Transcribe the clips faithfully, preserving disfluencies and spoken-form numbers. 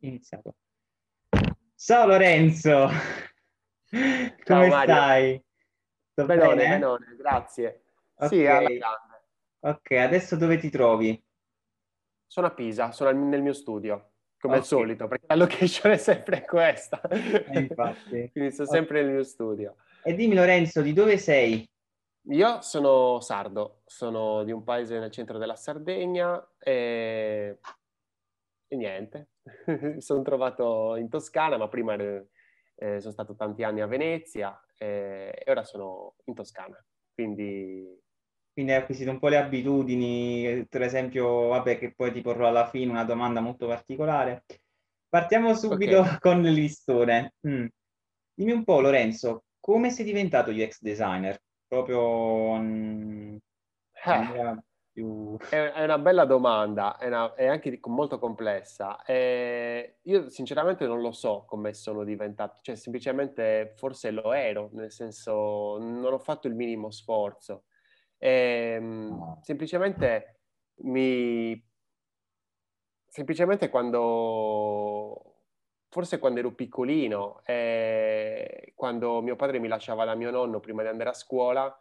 Iniziato. Ciao Lorenzo, Ciao come Mario, stai? Tutto benone, bene? benone, grazie. Ok, Sì, alla grande. ok, adesso dove ti trovi? Sono a Pisa, sono al- nel mio studio, come al Ok, solito, perché la location è sempre questa. eh, infatti. Quindi sto Ok. sempre nel mio studio. E dimmi Lorenzo, di dove sei? Io sono sardo, sono di un paese nel centro della Sardegna e, e niente. Mi sono trovato in Toscana, ma prima ero- eh, sono stato tanti anni a Venezia eh, e ora sono in Toscana. Quindi, Quindi hai acquisito un po' le abitudini, eh, per esempio, vabbè, che poi ti porrò alla fine una domanda molto particolare. Partiamo ok. subito con il listone. Mm. Dimmi un po', Lorenzo, come sei diventato U X designer? Proprio mm, in Eh. maniera più... È, è una bella domanda, è, una- è anche di- molto complessa. Eh, io sinceramente non lo so come sono diventato, cioè semplicemente forse lo ero, nel senso non ho fatto il minimo sforzo. Ehm, No. semplicemente mi, semplicemente quando, forse quando ero piccolino, eh, quando mio padre mi lasciava da mio nonno prima di andare a scuola,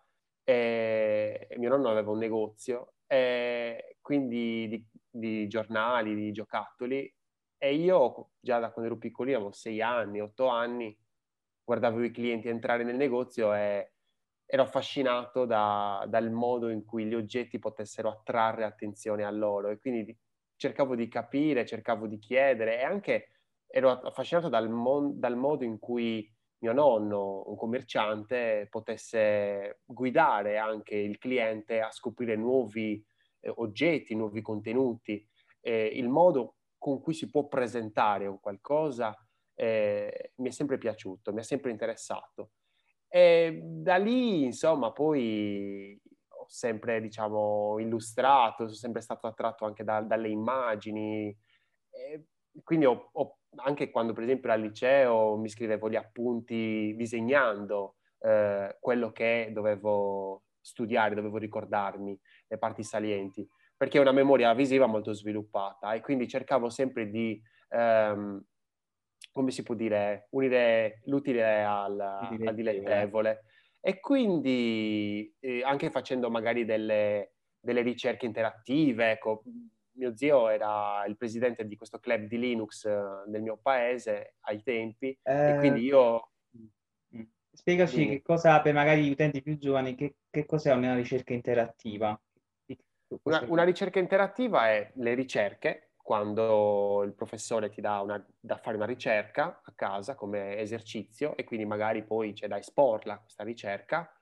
eh, e mio nonno aveva un negozio, eh, quindi di, di giornali, di giocattoli, e io già da quando ero piccolino, avevo sei anni, otto anni, guardavo i clienti entrare nel negozio e ero affascinato da- dal modo in cui gli oggetti potessero attrarre attenzione a loro e quindi di- cercavo di capire, cercavo di chiedere e anche ero affascinato dal, mon- dal modo in cui mio nonno, un commerciante, potesse guidare anche il cliente a scoprire nuovi eh, oggetti, nuovi contenuti, eh, il modo con cui si può presentare un qualcosa eh, mi è sempre piaciuto, mi è sempre interessato. E da lì, insomma, poi ho sempre, diciamo, illustrato, sono sempre stato attratto anche da- dalle immagini. E quindi ho, ho- anche quando, per esempio, al liceo mi scrivevo gli appunti disegnando eh, quello che dovevo studiare, dovevo ricordarmi, le parti salienti, perché ho una memoria visiva molto sviluppata e quindi cercavo sempre di ehm, come si può dire, unire l'utile al, al Direttevole. dilettevole. E quindi eh, anche facendo magari delle, delle ricerche interattive, ecco, mio zio era il presidente di questo club di Linux eh, nel mio paese ai tempi e Eh, quindi io, mm. Spiegaci che dimmi, cosa, per magari gli utenti più giovani, che, che cos'è una ricerca interattiva? Di- Una, Questo... una ricerca interattiva è le ricerche, quando il professore ti dà una- da fare una ricerca a casa come esercizio e quindi magari poi c'è da esporla questa ricerca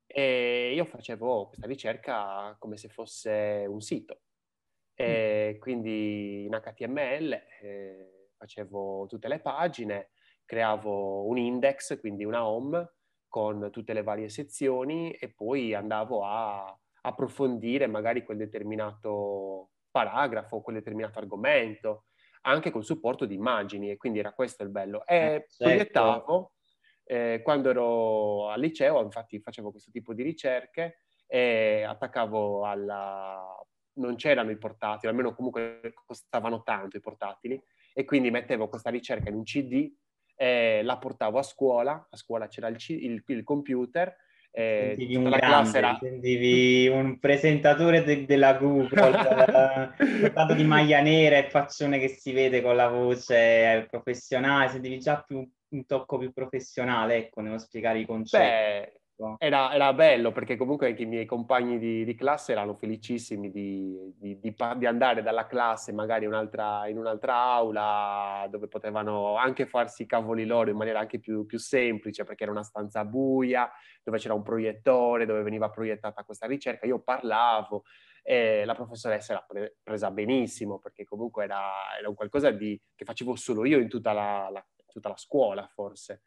e io facevo questa ricerca come se fosse un sito. Mm. E quindi in H T M L eh, facevo tutte le pagine, creavo un index, quindi una home con tutte le varie sezioni e poi andavo a approfondire magari quel determinato paragrafo, quel determinato argomento, anche col supporto di immagini e quindi era questo il bello. Eh, E certo. proiettavo, eh, quando ero al liceo, infatti facevo questo tipo di ricerche e attaccavo alla... non c'erano i portatili, almeno comunque costavano tanto i portatili, e quindi mettevo questa ricerca in un C D, e la portavo a scuola, a scuola c'era il, C- il- il computer, Ti e sentivi tutta un la classe grande, ti era... sentivi un presentatore de- della Google, eh, soltanto di maglia nera e faccione che si vede con la voce professionale, sentivi già più un tocco più professionale, ecco, nello spiegare i concetti. Beh, Ecco. era, era bello perché comunque anche i miei compagni di, di classe erano felicissimi di, di- di pa- di andare dalla classe magari in un'altra, in un'altra aula dove potevano anche farsi i cavoli loro in maniera anche più, più semplice perché era una stanza buia, dove c'era un proiettore, dove veniva proiettata questa ricerca. Io parlavo e la professoressa l'ha pre- presa benissimo perché comunque era, era un qualcosa di, che facevo solo io in tutta la la- tutta la scuola forse.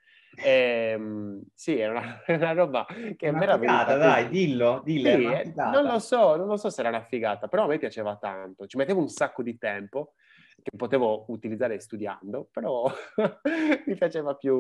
Ehm, sì, è una, è una roba che a Una me era venuta figata, dai, così. dillo, dillo, è Sì, una eh, non lo figata. so, non lo so se era una figata, però a me piaceva tanto. Ci mettevo un sacco di tempo che potevo utilizzare studiando, però mi piaceva più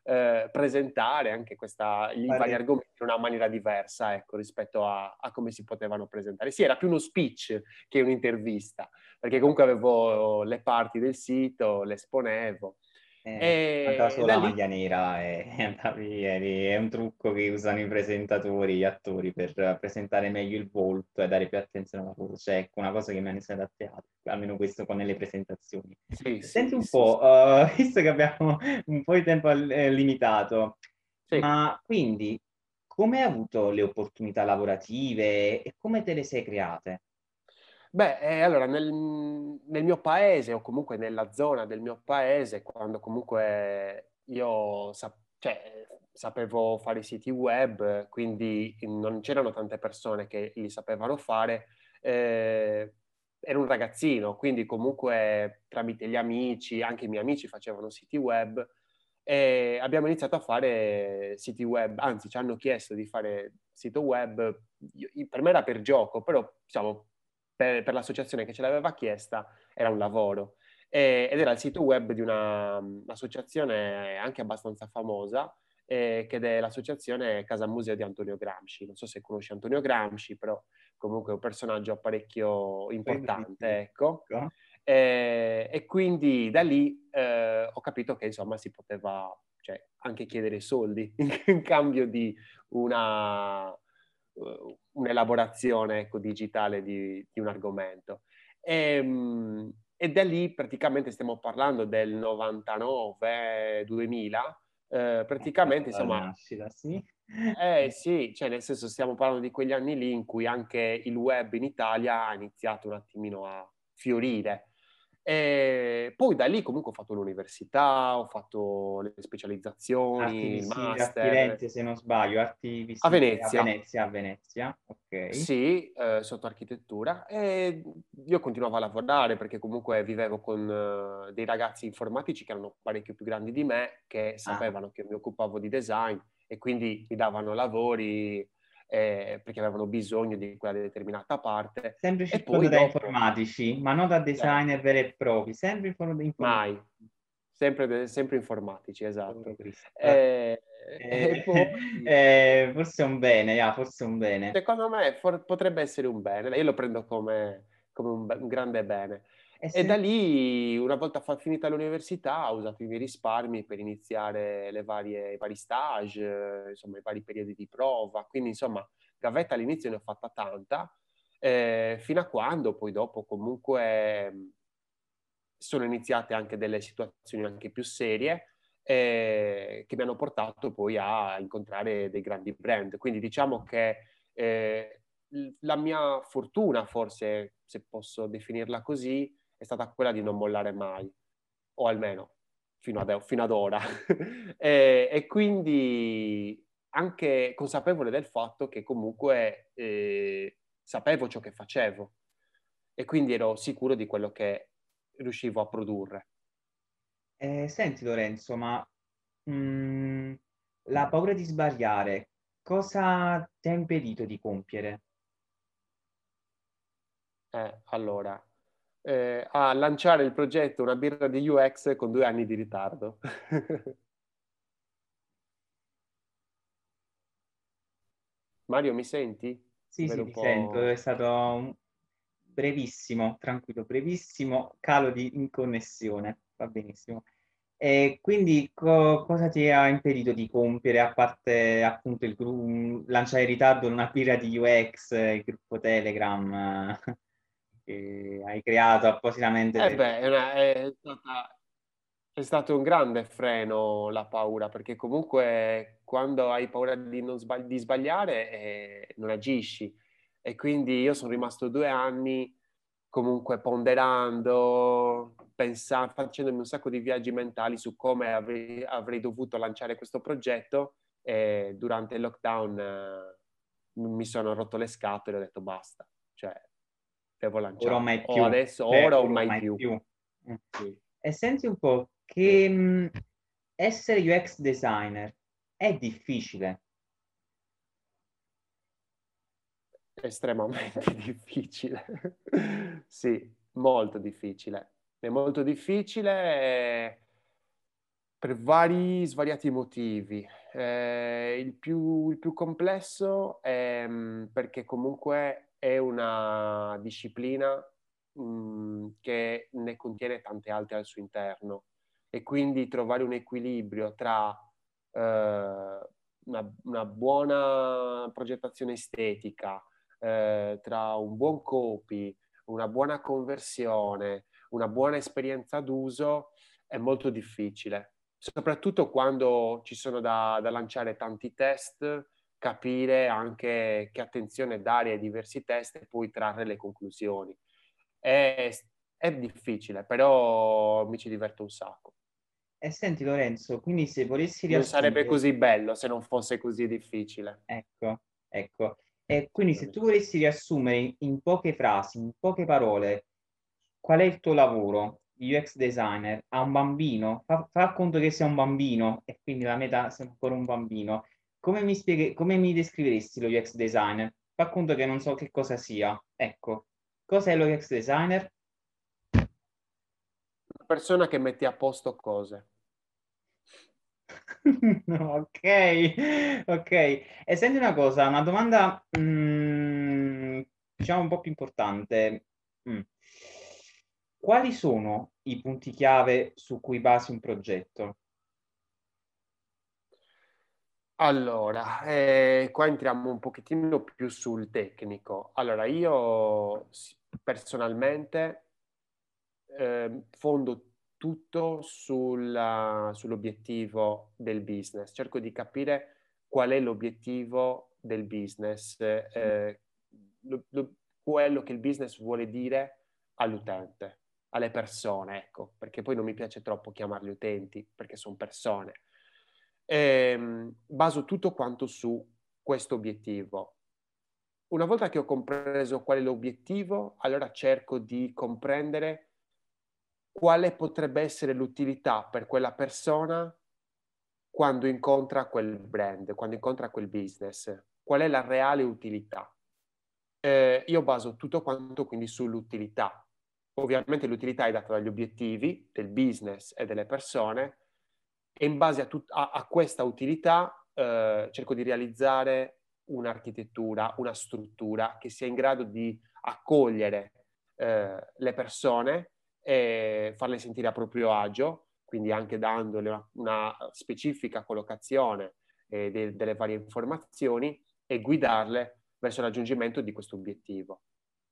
eh, presentare anche questa, i vari Fare- argomenti in una maniera diversa, ecco, rispetto a, a come si potevano presentare. Sì, era più uno speech che un'intervista, perché comunque avevo le parti del sito, le esponevo. Eh, manca E solo da la lì maglia nera e andavi, eri- è un trucco che usano i presentatori, gli attori per presentare meglio il volto e dare più attenzione alla voce. Ecco, una cosa che mi hanno insegnato a teatro, almeno questo con le presentazioni. sì, Senti sì, un sì, po', sì. eh, visto che abbiamo un po' di tempo eh, limitato, Sì. ma quindi come hai avuto le opportunità lavorative e come te le sei create? Beh, eh, allora nel, nel mio paese o comunque nella zona del mio paese, quando comunque io sap- cioè, sapevo fare i siti web, quindi non c'erano tante persone che li sapevano fare, eh, ero un ragazzino, quindi comunque tramite gli amici, anche i miei amici facevano siti web e abbiamo iniziato a fare siti web, anzi ci hanno chiesto di fare sito web. Io- per me era per gioco, però diciamo per, per l'associazione che ce l'aveva chiesta era un lavoro. E- ed era il sito web di una- un'associazione anche abbastanza famosa, eh, che è l'associazione Casa Museo di Antonio Gramsci. Non so se conosci Antonio Gramsci, però comunque è un personaggio parecchio Credo di importante, sì. ecco. Ecco. E, e quindi da lì eh, ho capito che insomma si poteva, cioè, anche chiedere soldi in cambio di una, uh, un'elaborazione, ecco, digitale di, di un argomento. E, mh, e da lì praticamente stiamo parlando del novantanove duemila, eh, praticamente Dalla insomma, nascita, sì. eh sì, cioè nel senso stiamo parlando di quegli anni lì in cui anche il web in Italia ha iniziato un attimino a fiorire. E poi da lì comunque ho fatto l'università, ho fatto le Arti specializzazioni, il visive a master Firenze, se non sbaglio, arti a visive a Venezia. Venezia, a Venezia, ok. Sì, eh, sotto architettura, e io continuavo a lavorare perché comunque vivevo con eh, dei ragazzi informatici che erano parecchio più grandi di me, che Ah, sapevano che io mi occupavo di design e quindi mi davano lavori eh, perché avevano bisogno di quella determinata parte. sempre E circondato poi da dopo, informatici, ma non da certo, designer veri e propri, sempre in forma di mai, informatici. sempre, de- sempre informatici, Povero esatto. Cristo. E, e Eh, poi eh, forse è un bene, yeah, forse è un bene. secondo me for- potrebbe essere un bene, io lo prendo come, come un, be- un grande bene. E E da se- lì, una volta fa- finita l'università, ho usato i miei risparmi per iniziare le varie, i vari stage, eh, insomma, i vari periodi di prova. Quindi, insomma, gavetta all'inizio ne ho fatta tanta, eh, fino a quando poi dopo comunque mh, sono iniziate anche delle situazioni anche più serie eh, che mi hanno portato poi a incontrare dei grandi brand. Quindi diciamo che eh, la mia fortuna, forse, se posso definirla così, è stata quella di non mollare mai, o almeno fino ad, fino ad ora. e, e quindi anche consapevole del fatto che comunque eh, sapevo ciò che facevo e quindi ero sicuro di quello che riuscivo a produrre. eh, senti Lorenzo, ma mm, la paura di sbagliare, cosa ti ha impedito di compiere? Eh, allora, eh, a lanciare il progetto Una birra di U X con due anni di ritardo. Mario, mi senti? Ti Sì, vedo sì, un ti sento, è po'... stato un brevissimo, tranquillo, brevissimo calo di in connessione, va benissimo. E quindi co- cosa ti ha impedito di compiere, a parte appunto il gru- lanciare in ritardo una birra di U X, il gruppo Telegram eh, che hai creato appositamente Eh per... beh, è, una- è stata- è stato un grande freno la paura, perché comunque quando hai paura di, non sbagli- di sbagliare eh, non agisci. E quindi io sono rimasto due anni comunque ponderando, pensando, facendomi un sacco di viaggi mentali su come avrei, avrei dovuto lanciare questo progetto e durante il lockdown eh, mi sono rotto le scatole e ho detto basta, cioè devo Ora o lanciarlo, mai o più, adesso, cioè ora o ora o mai mai più. più. Mm. Sì. E senti un po' che mh, essere U X designer è difficile. Estremamente difficile. Sì, molto difficile. È molto difficile. Per vari svariati motivi. Eh, il più, il più complesso è mh, perché comunque è una disciplina mh, che ne contiene tante altre al suo interno e quindi trovare un equilibrio tra eh, una, una buona progettazione estetica, eh, tra un buon copy, una buona conversione, una buona esperienza d'uso è molto difficile, soprattutto quando ci sono da, da lanciare tanti test, capire anche che attenzione dare ai diversi test e poi trarre le conclusioni. È, è difficile, però mi ci diverto un sacco. E senti Lorenzo, quindi se volessi Non sarebbe riassumere, così bello se non fosse così difficile. ecco, ecco, e quindi se tu Assolutamente. volessi riassumere in, in poche frasi, in poche parole, qual è il tuo lavoro di U X designer a un bambino? Fa, fa conto che sei un bambino e quindi la metà sei ancora un bambino. Come mi spieghi, come mi descriveresti lo U X designer? Fa conto che non so che cosa sia. Ecco, cos'è lo U X designer? Una persona che mette a posto cose. Ok, ok. E senti una cosa, una domanda, mm, diciamo un po' più importante. Mm. Quali sono i punti chiave su cui basi un progetto? Allora, eh, qua entriamo un pochettino più sul tecnico. Allora, io s- personalmente eh, fondo tutto sulla- sull'obiettivo del business. Cerco di capire qual è l'obiettivo del business, eh, lo- lo- quello che il business vuole dire all'utente, alle persone, ecco, perché poi non mi piace troppo chiamarli utenti, perché sono persone. Ehm, baso tutto quanto su questo obiettivo. Una volta che ho compreso qual è l'obiettivo, allora cerco di comprendere quale potrebbe essere l'utilità per quella persona quando incontra quel brand, quando incontra quel business. Qual è la reale utilità? Eh, io baso tutto quanto quindi sull'utilità. Ovviamente l'utilità è data dagli obiettivi del business e delle persone e in base a, tut- a, a questa utilità eh, cerco di realizzare un'architettura, una struttura che sia in grado di accogliere eh, le persone e farle sentire a proprio agio, quindi anche dandole una, una specifica collocazione eh, de- delle varie informazioni e guidarle verso il raggiungimento di questo obiettivo.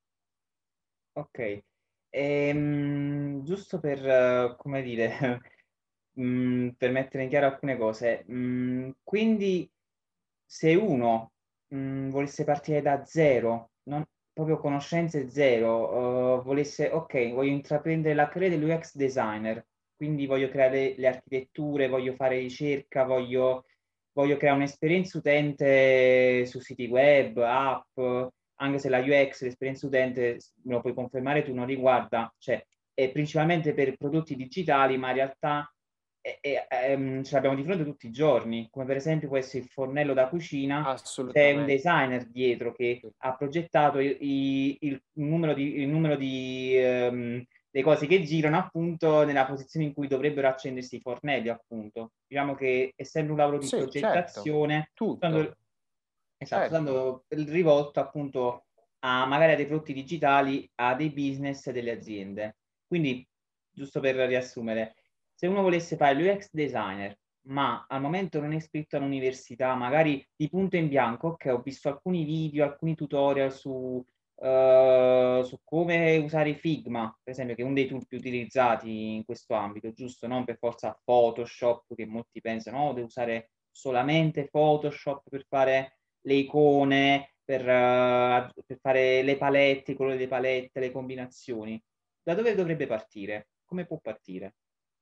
Ok. Ehm, giusto per, eh, come dire, mm, per mettere in chiaro alcune cose, mm, quindi se uno mm, volesse partire da zero, non, proprio conoscenze zero, eh, volesse, ok, voglio intraprendere la carriera dell'U X designer, quindi voglio creare le architetture, voglio fare ricerca, voglio, voglio creare un'esperienza utente su siti web, app, anche se la U X, l'esperienza utente, me lo puoi confermare tu, non riguarda, cioè è principalmente per prodotti digitali, ma in realtà è- è- ehm, ce l'abbiamo di fronte tutti i giorni, come per esempio può essere il fornello da cucina, c'è un Assolutamente. designer dietro che ha progettato i- i- il, numero di, il numero di ehm, le cose che girano appunto nella posizione in cui dovrebbero accendersi i fornelli, appunto. Diciamo che essendo un lavoro di Sì, certo, progettazione, tutto, stando, esatto, certo. stando rivolto appunto a magari a dei prodotti digitali, a dei business e delle aziende. Quindi, giusto per riassumere, se uno volesse fare l'U X designer, ma al momento non è iscritto all'università, magari di punto in bianco, ok, ho visto alcuni video, alcuni tutorial su, eh, su come usare Figma, per esempio, che è uno dei tool più utilizzati in questo ambito, giusto? Non per forza Photoshop, che molti pensano, oh, devo usare solamente Photoshop per fare le icone, per, eh, per fare le palette, i colori delle palette, le combinazioni. Da dove dovrebbe partire? Come può partire?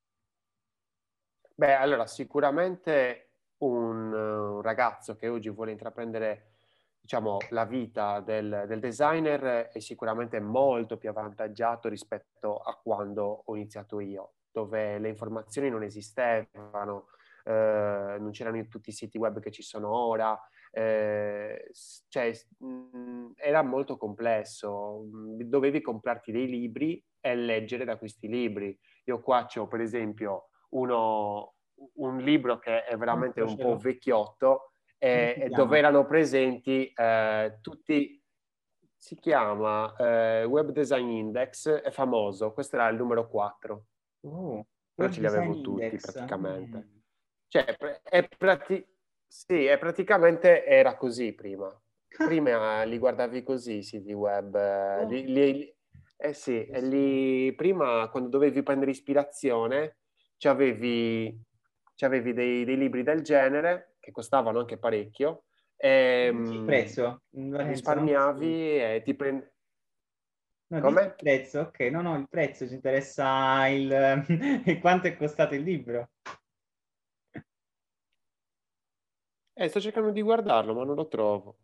Beh, allora sicuramente un, un ragazzo che oggi vuole intraprendere, diciamo, la vita del, del designer è sicuramente molto più avvantaggiato rispetto a quando ho iniziato io, dove le informazioni non esistevano, eh, non c'erano in tutti i siti web che ci sono ora, eh, s- cioè, s- mh, era molto complesso. Mh, dovevi comprarti dei libri e leggere da questi libri. Io qua c'ho, per esempio, uno, un libro che è veramente un po' Mostracelo. vecchiotto, Come eh, si e dove chiama? erano presenti eh, tutti, si chiama eh, Web Design Index, è famoso, questo era il numero quattro, Oh, però Web ce li Design avevo tutti Index. Mm. praticamente. Cioè, pre- è, prati- sì, è praticamente era così prima. Prima li guardavi così i siti web, eh, Oh, li- li- eh sì, e bellissimo. lì prima quando dovevi prendere ispirazione, c'avevi, c'avevi dei, dei libri del genere che costavano anche parecchio, e, Dici il mm, prezzo, Lorenzo, non risparmiavi ti... e ti prendi... No, dici il Come? prezzo, ok, no, no, il prezzo, ci interessa il... il quanto è costato il libro. Eh, sto cercando di guardarlo, ma non lo trovo.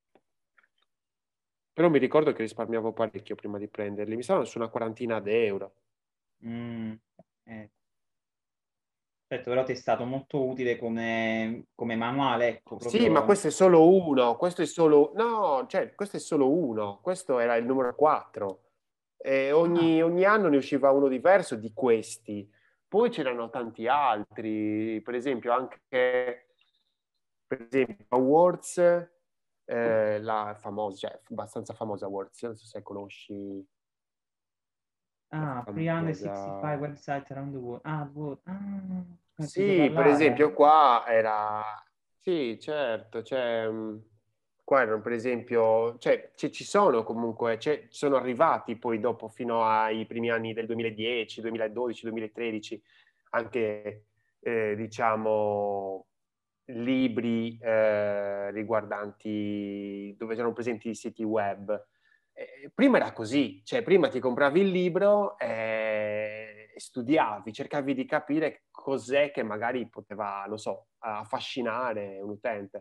Però mi ricordo che risparmiavo parecchio prima di prenderli, mi stavano su una quarantina d'euro. Mm, eh, certo, però ti è stato molto utile come, come manuale, ecco, Sì, ma proprio... questo è solo uno, questo è solo... No, cioè, questo è solo uno, questo era il numero quattro. E Ah, ogni, ogni anno ne usciva uno diverso di questi. Poi c'erano tanti altri, per esempio anche, per esempio, Awards, eh, la famosa, cioè, abbastanza famosa Awards, non so se conosci la ah, famosa... trecentosessantacinque website around the world. Ah, world. Ah, ne ho sentito Sì, per parlare. esempio qua era... Sì, certo, cioè, mh, qua erano per esempio, cioè, ci ci sono comunque, cioè, sono arrivati poi dopo fino ai primi anni del duemiladieci, duemiladodici, duemilatredici, anche, eh, diciamo, libri eh, riguardanti dove erano presenti i siti web. Eh, prima era così, cioè prima ti compravi il libro e studiavi, cercavi di capire cos'è che magari poteva, non so, affascinare un utente.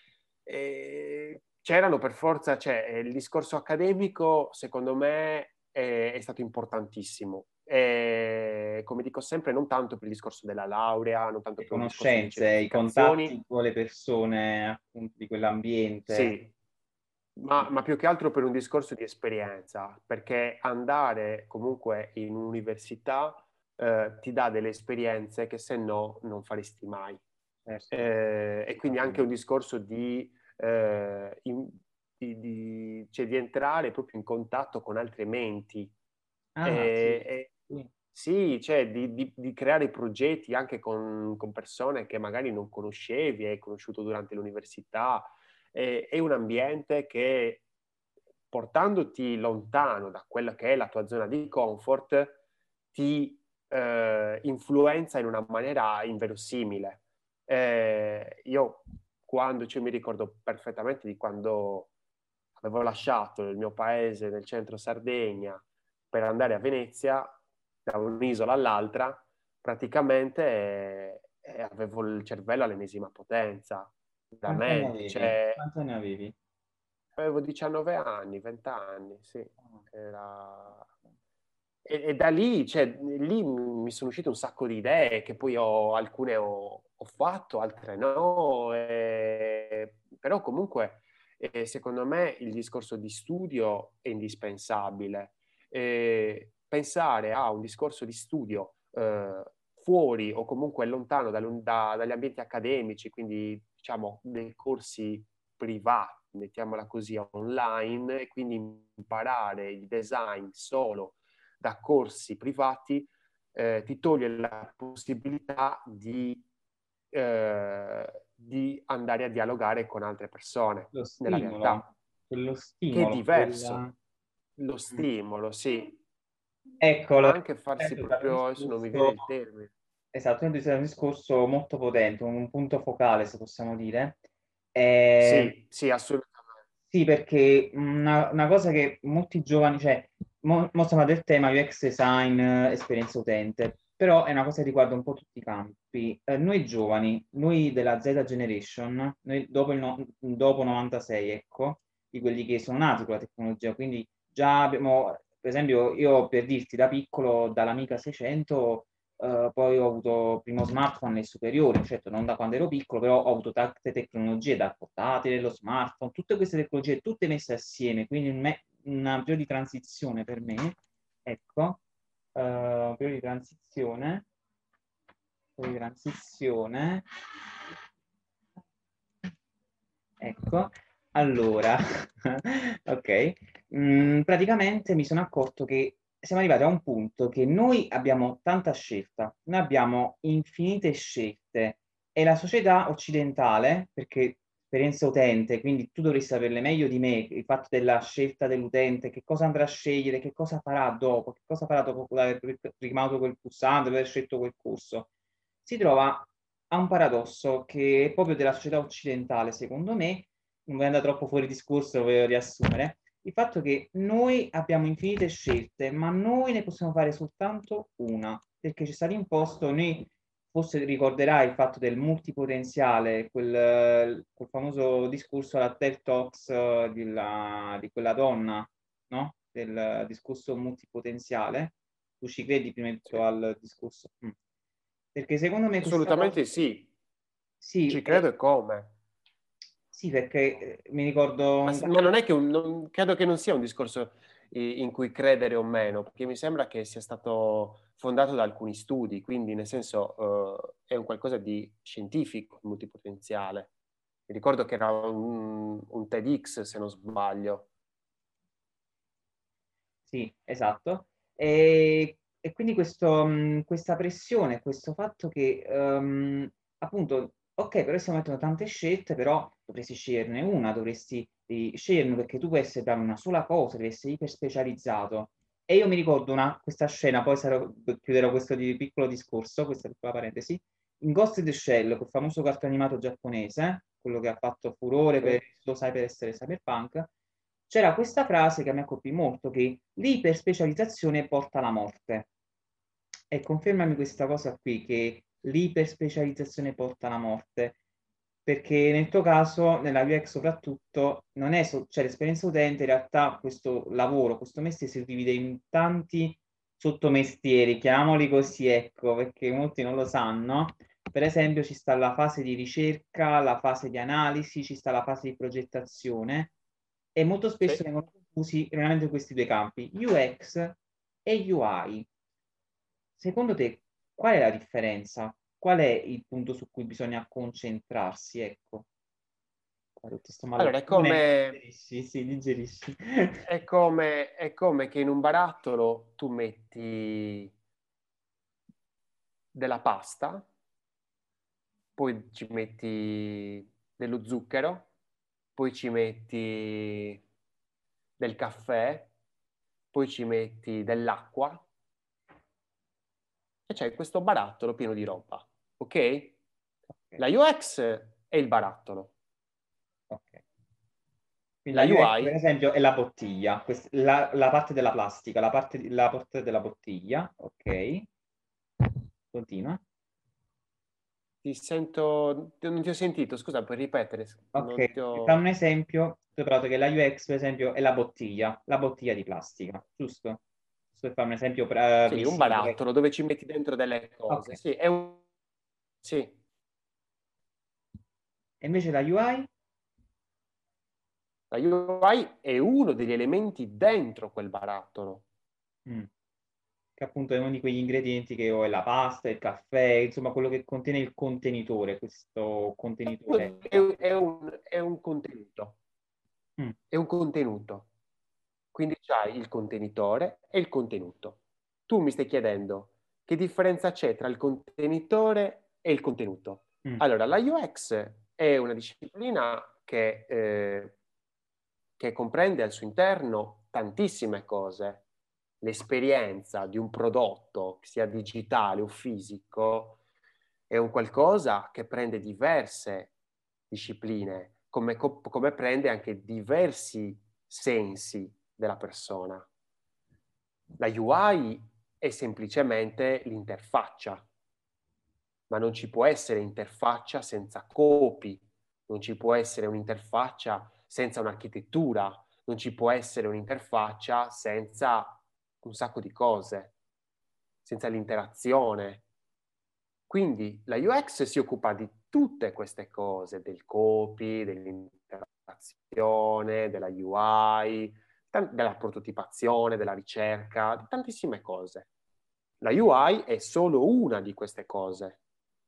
E c'erano per forza, cioè il discorso accademico secondo me è, è stato importantissimo. E, come dico sempre, non tanto per il discorso della laurea, non tanto Le per un discorso di conoscenze, i certificazioni, contatti con le persone appunto di quell'ambiente. sì, ma, ma più che altro per un discorso di esperienza, perché andare comunque in università eh, ti dà delle esperienze che se no non faresti mai. Certo, Eh, e quindi anche un assolutamente. discorso di, eh, in- di, di- cioè di entrare proprio in contatto con altre menti. Ah, E, sì, e sì. sì, cioè di, di- di creare progetti anche con, con persone che magari non conoscevi, hai conosciuto durante l'università. È, è un ambiente che, portandoti lontano da quella che è la tua zona di comfort, ti eh, influenza in una maniera inverosimile. Eh, io quando, cioè, mi ricordo perfettamente di quando avevo lasciato il mio paese nel centro Sardegna per andare a Venezia, da un'isola all'altra, praticamente eh, eh, avevo il cervello all'ennesima potenza, Quanti anni veramente. avevi? Cioè, Quanti anni avevi? avevo diciannove anni, venti anni, sì. Era... E, e da lì, cioè, lì mi sono uscite un sacco di idee che poi ho, alcune ho, ho fatto, altre no. E... Però comunque, eh, secondo me, il discorso di studio è indispensabile. E pensare a un discorso di studio eh, fuori o comunque lontano dal- da- dagli ambienti accademici, quindi diciamo dei corsi privati, mettiamola così, online, e quindi imparare il design solo da corsi privati eh, ti toglie la possibilità di, eh, di andare a dialogare con altre persone Lo nella realtà, stimolo, quello che è stimolo, diverso. quella... Lo Mm. stimolo, sì, ma Eccolo, anche farsi certo, è stato un proprio, adesso non mi viene discorso, il termine. esatto, è stato un discorso molto potente, un punto focale, se possiamo dire. Eh, Sì, sì, assolutamente. sì, perché una, una cosa che molti giovani, cioè, mo, mo stiamo del tema U X design, eh, esperienza utente, però è una cosa che riguarda un po' tutti i campi. Eh, noi giovani, noi della Z Generation, noi dopo il no- dopo novantasei, ecco, di quelli che sono nati con la tecnologia, quindi già abbiamo, per esempio, io per dirti da piccolo, dall'Amiga seicento, eh, poi ho avuto il primo smartphone alle superiori, certo non da quando ero piccolo, però ho avuto tante tecnologie, dal portatile, lo smartphone, tutte queste tecnologie, tutte messe assieme, quindi un, me- un periodo di transizione per me, ecco, eh, un periodo di transizione, po' di transizione. Ecco, allora, ok, mm, praticamente mi sono accorto che siamo arrivati a un punto che noi abbiamo tanta scelta, noi abbiamo infinite scelte e la società occidentale, perché esperienza utente, quindi tu dovresti saperle meglio di me, il fatto della scelta dell'utente, che cosa andrà a scegliere, che cosa farà dopo, che cosa farà dopo aver richiamato quel pulsante, aver scelto quel corso, si trova a un paradosso che è proprio della società occidentale, secondo me, non voglio andare troppo fuori discorso, lo voglio riassumere, il fatto che noi abbiamo infinite scelte, ma noi ne possiamo fare soltanto una, perché ci è stato imposto, noi forse ricorderai il fatto del multipotenziale, quel, quel famoso discorso alla TED Talks eh, di, la- di quella donna, no? Del discorso multipotenziale. Tu ci credi prima di Sì. tutto al discorso? Mm. Perché secondo me questa cosa... Assolutamente sì, Sì, ci è- credo e come. sì, perché eh, mi ricordo Ma, un s- ma non è che un, non- credo che non sia un discorso i- in cui credere o meno, perché mi sembra che sia stato fondato da alcuni studi, quindi nel senso eh, è un qualcosa di scientifico, multipotenziale. Mi ricordo che era un, un TEDx, se non sbaglio. Sì, esatto. E, e quindi questo, mh, questa pressione, questo fatto che, ehm, appunto, ok, però stiamo mettendo tante scelte, però dovresti sceglierne una, dovresti eh, sceglierne perché tu puoi essere bravo in una sola cosa, devi essere iper specializzato. E io mi ricordo una, questa scena, poi sarò, chiuderò questo di, piccolo discorso, questa piccola parentesi, in Ghost in the Shell, quel famoso cartone animato giapponese, quello che ha fatto furore Sì. per, lo sai, per essere cyberpunk, c'era questa frase che mi ha colpito molto, che l'iperspecializzazione porta alla morte. E confermami questa cosa qui, che l'iperspecializzazione porta alla morte, perché nel tuo caso, nella U X soprattutto, non è so- cioè l'esperienza utente, in realtà questo lavoro, questo mestiere si divide in tanti sottomestieri, chiamiamoli così, ecco, perché molti non lo sanno. Per esempio, ci sta la fase di ricerca, la fase di analisi, ci sta la fase di progettazione e molto Sì. spesso vengono confusi veramente questi due campi, U X e U I. Secondo te, qual è la differenza? Qual è il punto su cui bisogna concentrarsi? Ecco, guarda, tutto sto Allora, è mallappone, come, digerisci, sì, digerisci. è come, è come che in un barattolo tu metti della pasta, poi ci metti dello zucchero, poi ci metti del caffè, poi ci metti dell'acqua e c'è questo barattolo pieno di roba, ok? Ok, La U X è il barattolo, ok. Quindi la la U X, per U I, esempio, è la bottiglia, quest- la, la parte della plastica, la parte, di- la parte della bottiglia, ok? Continua. ti sento, non ti ho sentito, scusa, puoi ripetere? Non ti Ok, ti ho... fanno un esempio, tu hai parlato che la U X, per esempio, è la bottiglia, la bottiglia di plastica, giusto? Per fare un esempio eh, Sì, un visibile. barattolo dove ci metti dentro delle Ok. cose. Sì, è un... Sì, E invece la U I? la U I è uno degli elementi dentro quel barattolo. Mm. Che appunto è uno di quegli ingredienti che ho, è la pasta, il caffè, insomma quello che contiene il contenitore, questo contenitore. È, un, è un- è un contenuto, Mm. è un contenuto. Quindi c'hai il contenitore e il contenuto. Tu mi stai chiedendo che differenza c'è tra il contenitore e il contenuto. Mm. Allora, la U X è una disciplina che, eh, che comprende al suo interno tantissime cose. L'esperienza di un prodotto, sia digitale o fisico, è un qualcosa che prende diverse discipline, come, come prende anche diversi sensi della persona. La U I è semplicemente l'interfaccia, ma non ci può essere interfaccia senza copy, non ci può essere un'interfaccia senza un'architettura, non ci può essere un'interfaccia senza un sacco di cose, senza l'interazione. Quindi la U X si occupa di tutte queste cose, del copy, dell'interazione, della U I, della prototipazione, della ricerca, di tantissime cose. La U I è solo una di queste cose.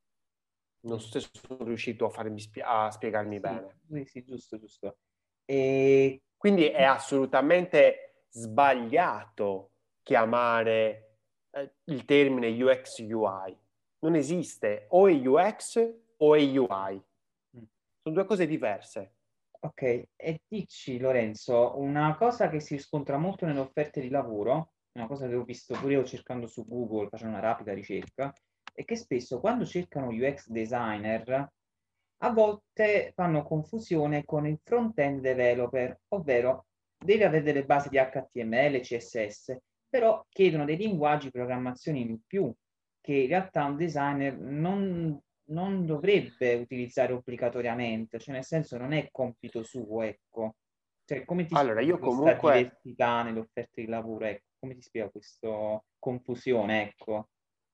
Non so se sono riuscito a, farmi spie- a spiegarmi Sì, bene. sì, sì, giusto, giusto. E... Quindi è assolutamente sbagliato chiamare eh, il termine U X U I. Non esiste, o è U X o è U I. Sono due cose diverse. Ok, e dici Lorenzo, una cosa che si riscontra molto nelle offerte di lavoro, una cosa che ho visto pure io cercando su Google, facendo una rapida ricerca, è che spesso quando cercano U X designer, a volte fanno confusione con il front-end developer, ovvero deve avere delle basi di H T M L, C S S, però chiedono dei linguaggi di programmazione in più, che in realtà un designer non non dovrebbe utilizzare obbligatoriamente, cioè nel senso non è compito suo, ecco. Cioè, come ti Allora, spiego io questa comunque, diversità nelle offerte di lavoro, ecco? Come ti spiego questa confusione, ecco?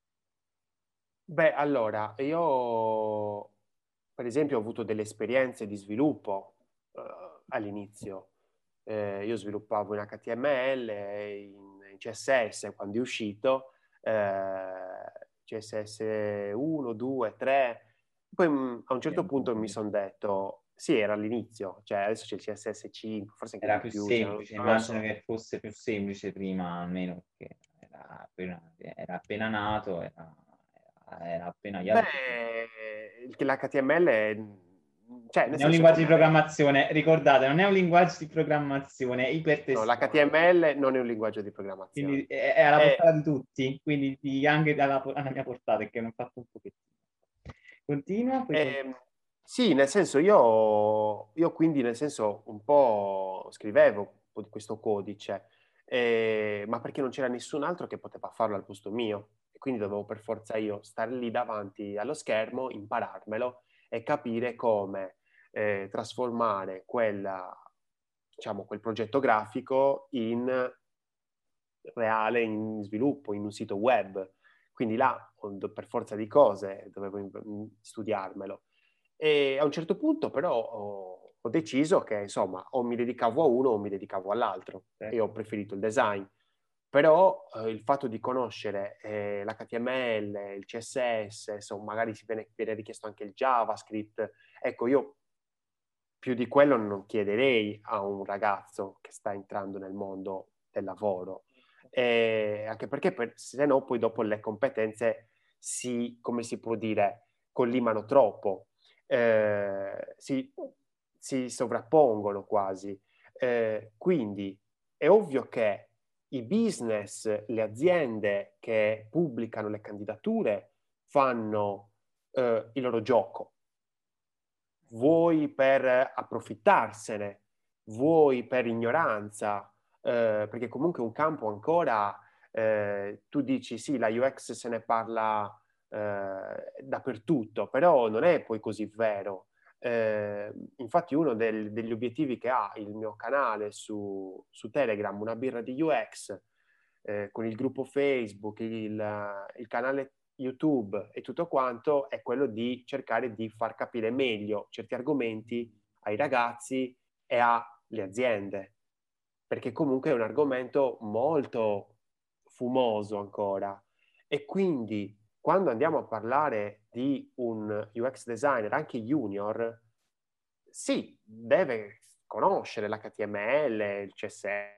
beh, allora, io per esempio ho avuto delle esperienze di sviluppo eh, all'inizio. Eh, io sviluppavo in H T M L, in, in C S S quando è uscito, eh, C S S uno, due, tre. Poi mh, a un certo punto mi sono detto, sì, era all'inizio, cioè adesso c'è il C S S cinque, forse anche Era di più più, cioè, non, semplice, non lo immagino so. che fosse più semplice prima, almeno perché era appena, era appena nato, era, era appena gli albori. Beh, l'H T M L, è- cioè nel Non è un senso linguaggio di come... programmazione, ricordate, non è un linguaggio di programmazione, è No, ipertestuale. l'H T M L non è un linguaggio di Quindi programmazione. è, è alla portata È, di tutti, quindi di- anche alla, alla mia portata, che non fatto un pochettino. Continua, poi con... è- sì, nel senso io, io quindi nel senso un po' scrivevo un po' di questo codice, eh, ma perché non c'era nessun altro che poteva farlo al posto mio. E quindi dovevo per forza io stare lì davanti allo schermo, impararmelo e capire come eh, trasformare quella, diciamo, quel progetto grafico in reale, in sviluppo, in un sito web. Quindi là, per forza di cose, dovevo studiarmelo. E a un certo punto però ho, ho deciso che insomma o mi dedicavo a uno o mi dedicavo all'altro e ho preferito il design. Però eh, il fatto di conoscere eh, l'H T M L, il C S S, insomma, magari si viene, viene richiesto anche il JavaScript, ecco io più di quello non chiederei a un ragazzo che sta entrando nel mondo del lavoro, eh, anche perché per, se no poi dopo le competenze si, come si può dire, collimano troppo, eh, si, si sovrappongono quasi. Eh, quindi è ovvio che i business, le aziende che pubblicano le candidature fanno eh, il loro gioco, vuoi per approfittarsene, vuoi per ignoranza, eh, perché comunque è un campo ancora, eh, tu dici sì, la U X se ne parla eh, dappertutto, però non è poi così vero. Eh, infatti uno del, degli obiettivi che ha il mio canale su, su Telegram, Una birra di U X, eh, con il gruppo Facebook, il, il canale YouTube e tutto quanto, è quello di cercare di far capire meglio certi argomenti ai ragazzi e alle aziende, perché comunque è un argomento molto fumoso ancora. E quindi quando andiamo a parlare di un U X designer, anche junior, sì, deve conoscere l'H T M L, il C S S,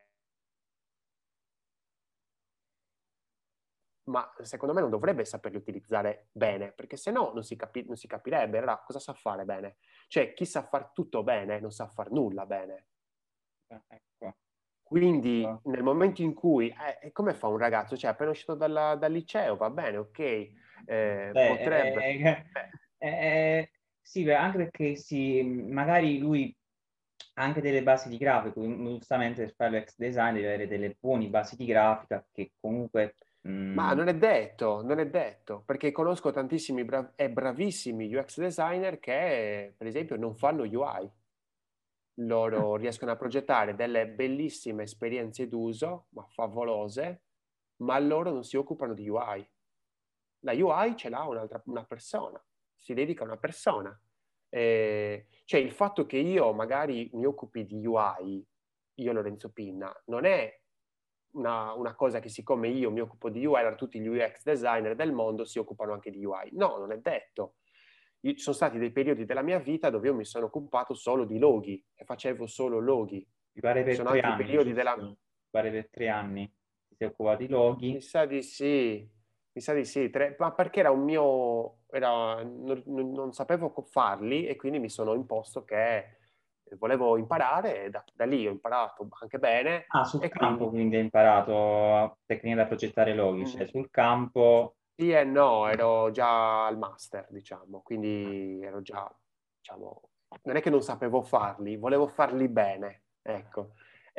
ma secondo me non dovrebbe saperli utilizzare bene, perché se no non si, capi- non si capirebbe, allora cosa sa fare bene? Cioè, chi sa far tutto bene non sa far nulla bene. Ecco, Quindi ecco. nel momento in cui, eh, come fa un ragazzo? Cioè, appena uscito dalla- dal liceo, va bene, ok, eh, Beh, potrebbe... eh, eh, eh, sì, beh, anche perché sì, magari lui ha anche delle basi di grafico, giustamente per fare l'ex design deve avere delle buone basi di grafica che comunque... ma mh, non è detto, non è detto, perché conosco tantissimi bra- e bravissimi U X designer che, per esempio, non fanno U I. Loro riescono a progettare delle bellissime esperienze d'uso, ma favolose, ma loro non si occupano di U I. La U I ce l'ha un'altra una persona, si dedica a una persona. Eh, cioè il fatto che io magari mi occupi di U I, io Lorenzo Pinna, non è una, una cosa che siccome io mi occupo di U I, allora tutti gli U X designer del mondo si occupano anche di U I. No, non è detto. io, ci sono stati dei periodi della mia vita dove io mi sono occupato solo di loghi e facevo solo loghi. Mi pare Ci per sono tre altri anni, periodi della... giusto? Mi pare per tre anni ti sei occupato di Mi loghi. sa di sì, mi sa di sì, tre- ma perché era un mio... Era, non, non- non sapevo co- farli e quindi mi sono imposto che volevo imparare e da, da lì ho imparato anche bene Ah, sul e campo quindi quindi hai imparato tecniche da progettare loghi, mm, cioè sul campo... sì e no, ero già al master, diciamo, quindi ero già, diciamo, non è che non sapevo farli, volevo farli bene, ecco.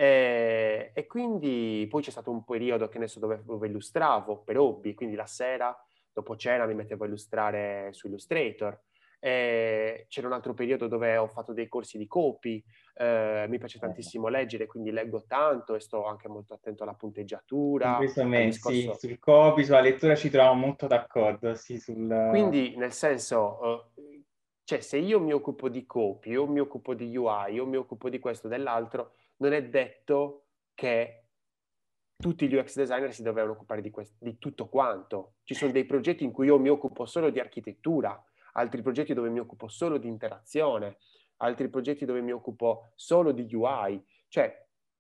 E, e quindi poi c'è stato un periodo che adesso dove, dove illustravo per hobby, quindi la sera, dopo cena, mi mettevo a illustrare su Illustrator. E c'era un altro periodo dove ho fatto dei corsi di copy, eh, mi piace Bello. tantissimo leggere, quindi leggo tanto e sto anche molto attento alla Su punteggiatura, questo al me, sì, discorso. sul copy, sulla lettura ci troviamo molto d'accordo, sì, sul... Quindi, nel senso, eh, cioè, se io mi occupo di copy, o mi occupo di U I, o mi occupo di questo o dell'altro, non è detto che tutti gli U X designer si dovevano occupare di, questo, di tutto quanto. Ci sono dei progetti in cui io mi occupo solo di architettura, altri progetti dove mi occupo solo di interazione, altri progetti dove mi occupo solo di U I. Cioè,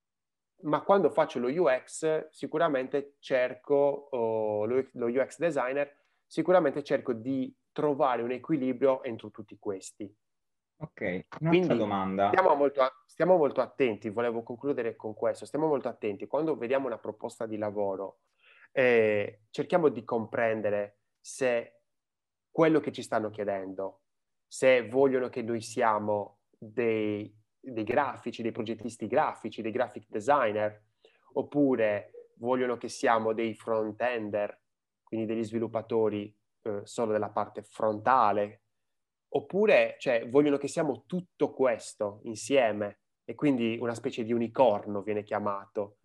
ma quando faccio lo U X sicuramente cerco, oh, lo, lo U X designer, sicuramente cerco di trovare un equilibrio entro tutti questi. Ok, un'altra Quindi domanda. stiamo molto, a- stiamo molto attenti, volevo concludere con questo, stiamo molto attenti quando vediamo una proposta di lavoro, eh, cerchiamo di comprendere se quello che ci stanno chiedendo, se vogliono che noi siamo dei, dei grafici, dei progettisti grafici, dei graphic designer, oppure vogliono che siamo dei front-ender, quindi degli sviluppatori eh, solo della parte frontale, oppure cioè, vogliono che siamo tutto questo insieme e quindi una specie di unicorno viene chiamato.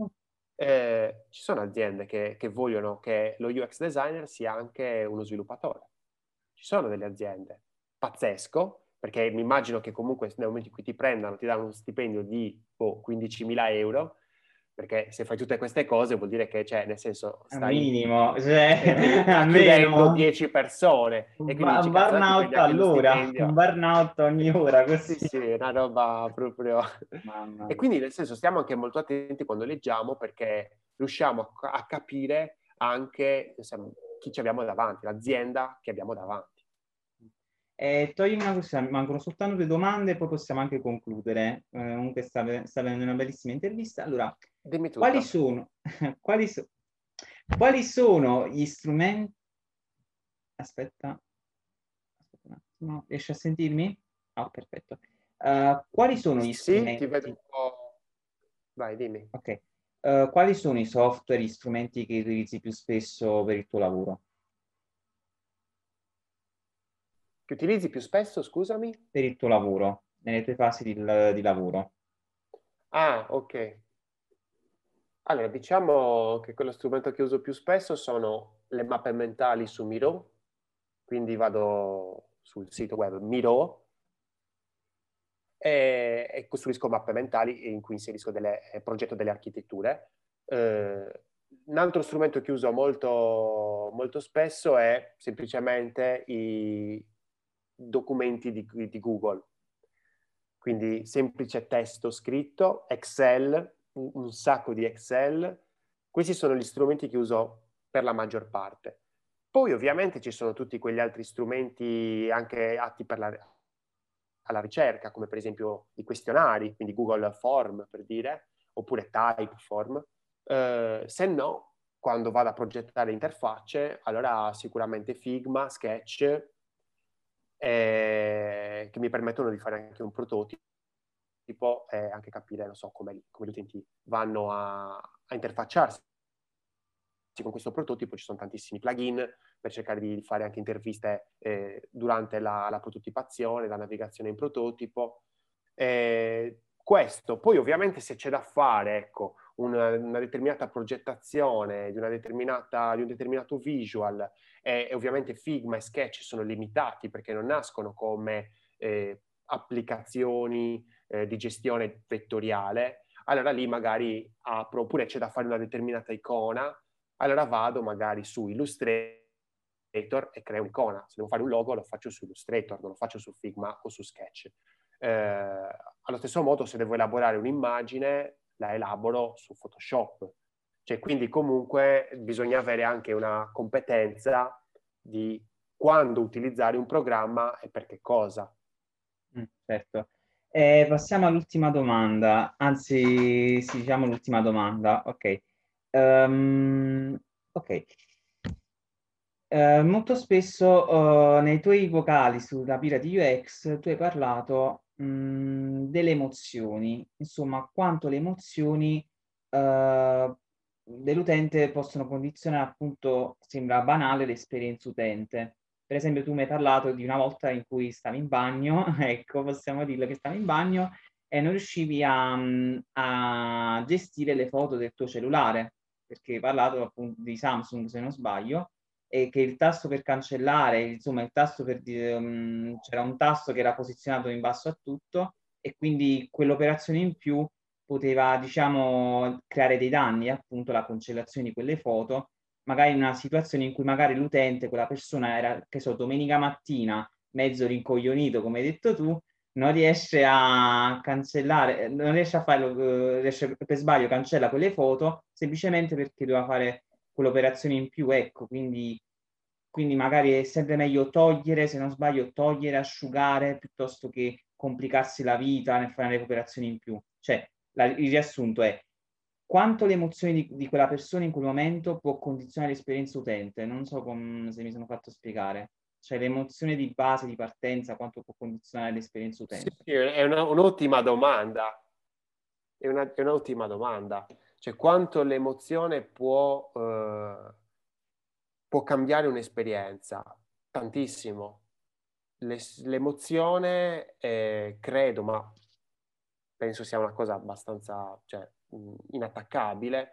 Eh, ci sono aziende che, che vogliono che lo U X designer sia anche uno sviluppatore. Ci sono delle aziende. Pazzesco, perché mi immagino che comunque nel momento in cui ti prendano, ti danno uno stipendio di oh, quindicimila euro, perché se fai tutte queste cose vuol dire che, cioè, nel senso, Al stai, minimo, eh, cioè, stai chiudendo almeno dieci persone e un, quindi ba- dici, un cazzo, ti burnout prendi anche lo all'ora, un stipendio. burnout ogni ora, Sì, così. sì, è una roba proprio... Mamma E mia. quindi nel senso stiamo anche molto attenti quando leggiamo perché riusciamo a, a capire anche insomma, chi ci abbiamo davanti, l'azienda che abbiamo davanti. Eh, toglimi una questione, mancano soltanto due domande e poi possiamo anche concludere. Eh, comunque sta, sta avendo una bellissima intervista. Allora, Dimmi quali tutto. sono, quali, so- quali sono gli strumenti... Aspetta, aspetta un attimo, riesci a sentirmi? Ah, perfetto. Eh, quali sono gli Sì, ti vedo strumenti? un po'... Vai, dimmi. Ok. Eh, quali sono i software, gli strumenti che utilizzi più spesso per il tuo lavoro? Che utilizzi più spesso, scusami? Per il tuo lavoro, nelle tue fasi di, di lavoro. Ah, ok. Allora, diciamo che quello strumento che uso più spesso sono le mappe mentali su Miro, quindi vado sul sito web Miro e, e costruisco mappe mentali in cui inserisco delle, eh, progetto delle architetture. Eh, un altro strumento che uso molto, molto spesso è semplicemente i documenti di, di Google, quindi semplice testo scritto, Excel, un, un sacco di Excel. Questi sono gli strumenti che uso per la maggior parte. Poi ovviamente ci sono tutti quegli altri strumenti anche atti per la, alla ricerca, come per esempio i questionari, quindi Google Form per dire, oppure Typeform. Eh, se no, quando vado a progettare interfacce, allora sicuramente Figma, Sketch, eh, che mi permettono di fare anche un prototipo e anche capire, non so, come, come gli utenti vanno a, a interfacciarsi con questo prototipo. Ci sono tantissimi plugin per cercare di fare anche interviste eh, durante la, la prototipazione, la navigazione in prototipo. Eh, questo, poi ovviamente se c'è da fare, ecco, una, una determinata progettazione di, una determinata, di un determinato visual e, e ovviamente Figma e Sketch sono limitati perché non nascono come eh, applicazioni eh, di gestione vettoriale, allora lì magari apro, oppure c'è da fare una determinata icona, allora vado magari su Illustrator Illustrator e creo un'icona. Se devo fare un logo lo faccio su Illustrator, non lo faccio su Figma o su Sketch. Eh, allo stesso modo, se devo elaborare un'immagine, la elaboro su Photoshop. Cioè, quindi comunque bisogna avere anche una competenza di quando utilizzare un programma e per che cosa. Mm, certo. Eh, passiamo all'ultima domanda, anzi, sì, diciamo l'ultima domanda. Ok. Ehm, ok. Eh, molto spesso eh, nei tuoi vocali sulla pira di U X tu hai parlato mh, delle emozioni, insomma, quanto le emozioni eh, dell'utente possono condizionare, appunto, sembra banale, l'esperienza utente. Per esempio, tu mi hai parlato di una volta in cui stavi in bagno, ecco, possiamo dirlo che stavi in bagno e non riuscivi a, mh, a gestire le foto del tuo cellulare, perché hai parlato appunto di Samsung, se non sbaglio, e che il tasto per cancellare, insomma, il tasto per dire, um, c'era un tasto che era posizionato in basso a tutto e quindi quell'operazione in più poteva, diciamo, creare dei danni, appunto la cancellazione di quelle foto, magari in una situazione in cui magari l'utente, quella persona era, che so, domenica mattina, mezzo rincoglionito, come hai detto tu, non riesce a cancellare, non riesce a farlo, eh, riesce, per sbaglio cancella quelle foto semplicemente perché doveva fare quell'operazione in più, ecco, quindi, quindi magari è sempre meglio togliere, se non sbaglio, togliere, asciugare, piuttosto che complicarsi la vita nel fare le operazioni in più. Cioè, la, il riassunto è quanto le emozioni di, di quella persona in quel momento può condizionare l'esperienza utente. Non so com- se mi sono fatto spiegare. Cioè, l'emozione di base, di partenza, quanto può condizionare l'esperienza Sì, utente. sì, è una- un'ottima domanda. È una- è un'ottima domanda. Cioè, quanto l'emozione può, eh, può cambiare un'esperienza? Tantissimo. Le- l'emozione, eh, credo, ma penso sia una cosa abbastanza, cioè, mh, inattaccabile.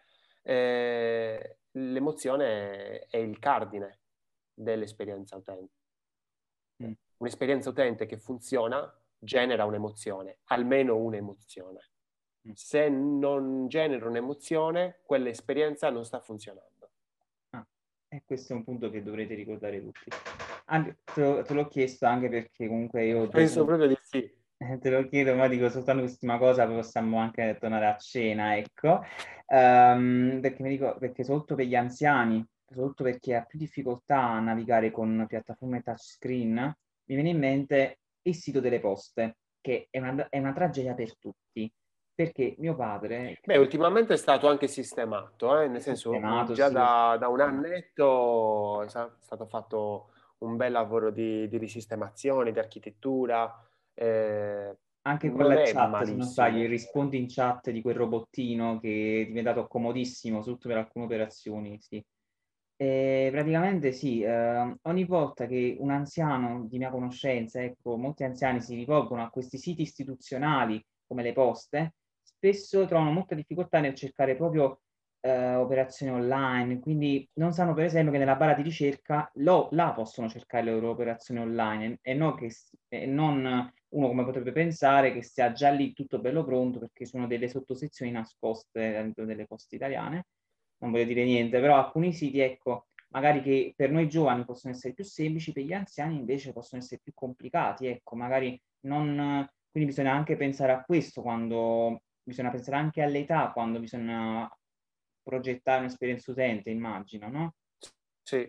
Eh, l'emozione è il cardine dell'esperienza utente. Mm. Un'esperienza utente che funziona genera un'emozione, almeno un'emozione. Mm. Se non genera un'emozione, quell'esperienza non sta funzionando. Ah, e questo è un punto che dovrete ricordare tutti. Anche, te, lo- te l'ho chiesto anche perché comunque io Penso dopo, proprio di sì. eh, te lo chiedo, ma dico soltanto quest'ultima cosa, poi possiamo anche tornare a cena, ecco. Ehm, perché mi dico, perché soprattutto per gli anziani, soprattutto per chi ha più difficoltà a navigare con piattaforme touchscreen, mi viene in mente il sito delle poste, che è una, è una tragedia per tutti, perché mio padre, Beh, ultimamente è stato anche sistemato, eh, nel è senso sistemato, già sì, da, da un annetto è sta- stato fatto un bel lavoro di, di risistemazione, di architettura, eh, anche con non la è chat, se non sbaglio, il malissimo. rispondi in chat di quel robottino che è diventato comodissimo, soprattutto per alcune operazioni, sì. E praticamente sì, eh, ogni volta che un anziano di mia conoscenza, ecco, molti anziani si rivolgono a questi siti istituzionali come le poste, spesso trovano molta difficoltà nel cercare proprio eh, operazioni online, quindi non sanno per esempio che nella barra di ricerca lo, là possono cercare le loro operazioni online e non, che, e non uno come potrebbe pensare che sia già lì tutto bello pronto perché sono delle sottosezioni nascoste dentro delle poste italiane. Non voglio dire niente, però alcuni siti, ecco, magari che per noi giovani possono essere più semplici, per gli anziani invece possono essere più complicati, ecco, magari non... Quindi bisogna anche pensare a questo quando... Bisogna pensare anche all'età quando bisogna progettare un'esperienza utente, immagino, no? Sì,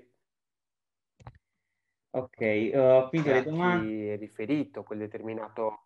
Ok, eh, ho finito le a domande. chi è riferito quel determinato...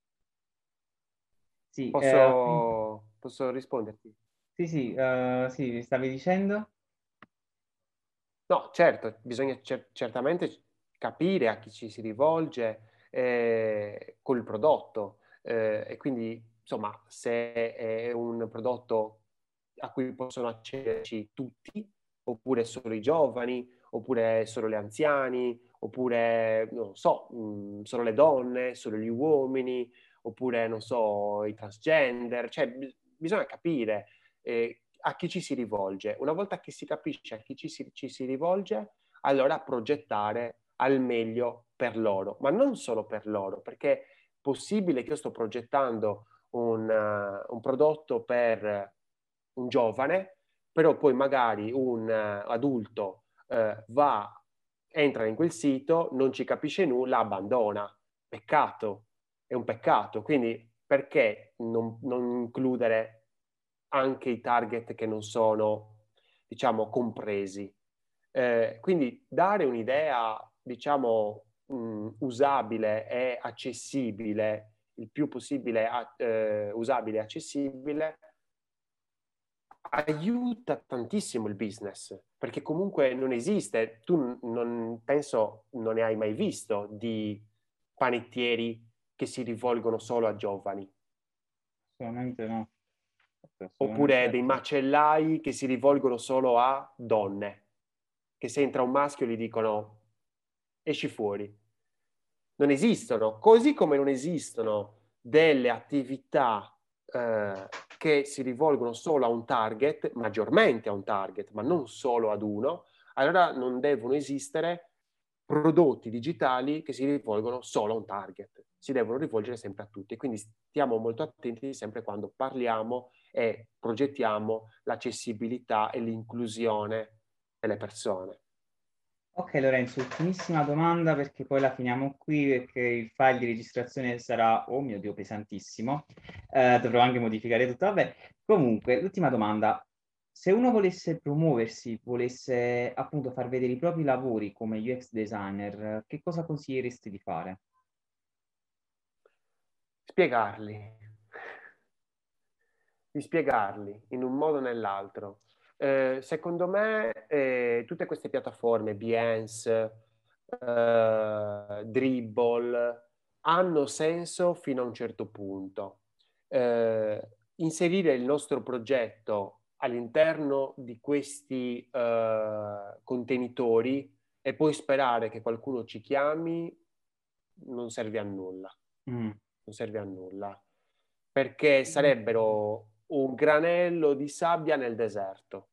Sì, eh, ho finito- Posso, posso risponderti? sì, sì, eh, sì, mi stavi dicendo? No, certo, bisogna cer- certamente capire a chi ci si rivolge eh, col prodotto eh, e quindi, insomma, se è un prodotto a cui possono accederci tutti, oppure solo i giovani, oppure solo gli anziani, oppure, non so, mh, solo le donne, solo gli uomini, oppure, non so, i transgender, cioè bis- bisogna capire eh, a chi ci si rivolge. Una volta che si capisce a chi ci si, ci si rivolge, allora progettare al meglio per loro, ma non solo per loro, perché è possibile che io sto progettando un, uh, un prodotto per un giovane, però poi magari un uh, adulto uh, va entra in quel sito, non ci capisce nulla, abbandona. Peccato, è un peccato. Quindi perché non, non includere anche i target che non sono, diciamo, compresi? Eh, quindi dare un'idea, diciamo, mh, usabile e accessibile, il più possibile a, eh, usabile e accessibile, aiuta tantissimo il business, perché comunque non esiste, tu non penso non ne hai mai visto di panettieri che si rivolgono solo a giovani, Assolutamente no. oppure Assolutamente dei no. macellai che si rivolgono solo a donne, che se entra un maschio gli dicono esci fuori. Non esistono, così come non esistono delle attività eh, che si rivolgono solo a un target, maggiormente a un target, ma non solo ad uno, allora non devono esistere prodotti digitali che si rivolgono solo a un target, si devono rivolgere sempre a tutti. Quindi stiamo molto attenti sempre quando parliamo e progettiamo l'accessibilità e l'inclusione delle persone. Ok Lorenzo, ultimissima domanda perché poi la finiamo qui perché il file di registrazione sarà, oh mio Dio, pesantissimo. Eh, dovrò anche modificare tutto. Vabbè, comunque, l'ultima domanda. Se uno volesse promuoversi, volesse appunto far vedere i propri lavori come U X designer, che cosa consiglieresti di fare? Spiegarli, di spiegarli in un modo o nell'altro. Eh, secondo me eh, tutte queste piattaforme, Behance, eh, Dribbble, hanno senso fino a un certo punto. Eh, inserire il nostro progetto all'interno di questi eh, contenitori e poi sperare che qualcuno ci chiami non serve a nulla. Mm. Non serve a nulla, perché sarebbero un granello di sabbia nel deserto.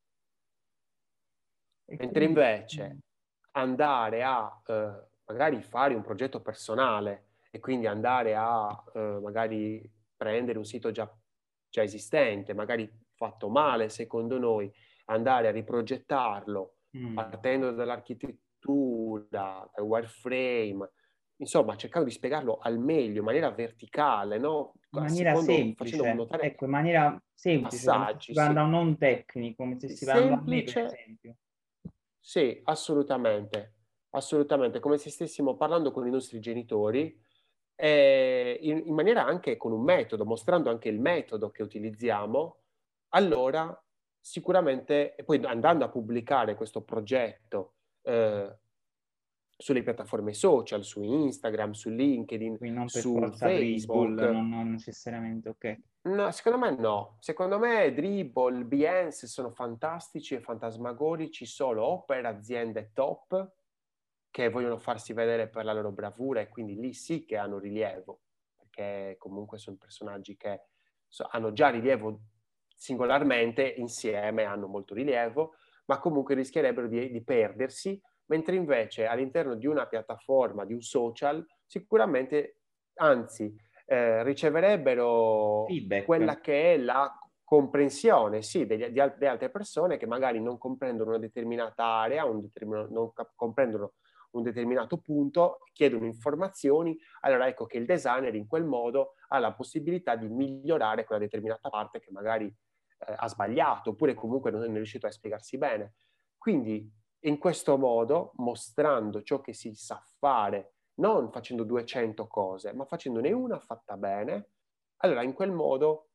E Mentre quindi, invece andare a eh, magari fare un progetto personale e quindi andare a eh, magari prendere un sito già, già esistente, magari fatto male secondo noi, andare a riprogettarlo mm, partendo dall'architettura, dal wireframe, insomma cercando di spiegarlo al meglio, in maniera verticale, no? in maniera Secondo, facendo semplice, notare ecco, in maniera semplice, come se si passaggi, parla da sì. un non tecnico, come se si parla da me, per Semplice. esempio. Sì, assolutamente, assolutamente, come se stessimo parlando con i nostri genitori, eh, in, in maniera anche con un metodo, mostrando anche il metodo che utilizziamo, allora sicuramente, e poi andando a pubblicare questo progetto eh, sulle piattaforme social, su Instagram, su LinkedIn, Quindi non per su forza Dribble, Facebook. non, non necessariamente, ok. No, secondo me no. Secondo me Dribble, Behance sono fantastici e fantasmagorici solo o per aziende top che vogliono farsi vedere per la loro bravura e quindi lì sì che hanno rilievo, perché comunque sono personaggi che so, hanno già rilievo singolarmente, insieme hanno molto rilievo, ma comunque rischierebbero di, di perdersi, mentre invece all'interno di una piattaforma, di un social, sicuramente, anzi, eh, riceverebbero Feedback. quella che è la comprensione, sì, degli, di, al- di altre persone che magari non comprendono una determinata area, un determinato, non cap- comprendono un determinato punto, chiedono informazioni, allora ecco che il designer in quel modo ha la possibilità di migliorare quella determinata parte che magari eh, ha sbagliato, oppure comunque non è riuscito a spiegarsi bene. Quindi in questo modo, mostrando ciò che si sa fare, non facendo duecento cose, ma facendone una fatta bene, allora in quel modo